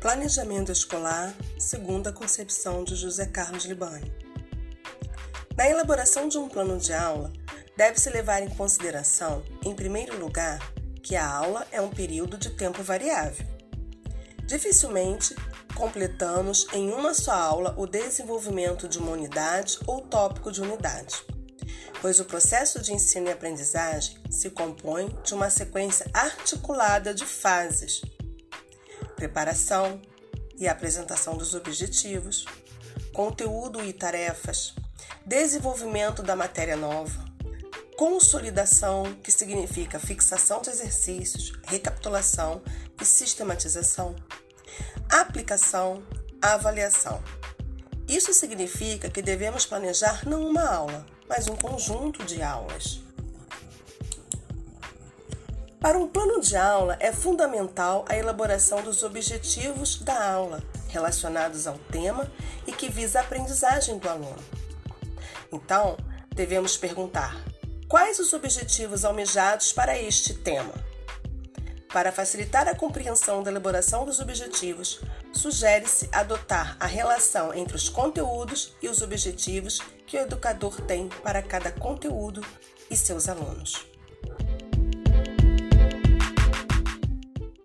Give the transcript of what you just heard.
Planejamento escolar, segundo a concepção de José Carlos Libani. Na elaboração de um plano de aula, deve-se levar em consideração, em primeiro lugar, que a aula é um período de tempo variável. Dificilmente completamos em uma só aula o desenvolvimento de uma unidade ou tópico de unidade, pois o processo de ensino e aprendizagem se compõe de uma sequência articulada de fases: preparação e apresentação dos objetivos, conteúdo e tarefas, desenvolvimento da matéria nova, consolidação, que significa fixação de exercícios, recapitulação e sistematização, aplicação, avaliação. Isso significa que devemos planejar não uma aula, mas um conjunto de aulas. Para um plano de aula, é fundamental a elaboração dos objetivos da aula, relacionados ao tema e que visa a aprendizagem do aluno. Então, devemos perguntar: quais os objetivos almejados para este tema? Para facilitar a compreensão da elaboração dos objetivos, sugere-se adotar a relação entre os conteúdos e os objetivos que o educador tem para cada conteúdo e seus alunos.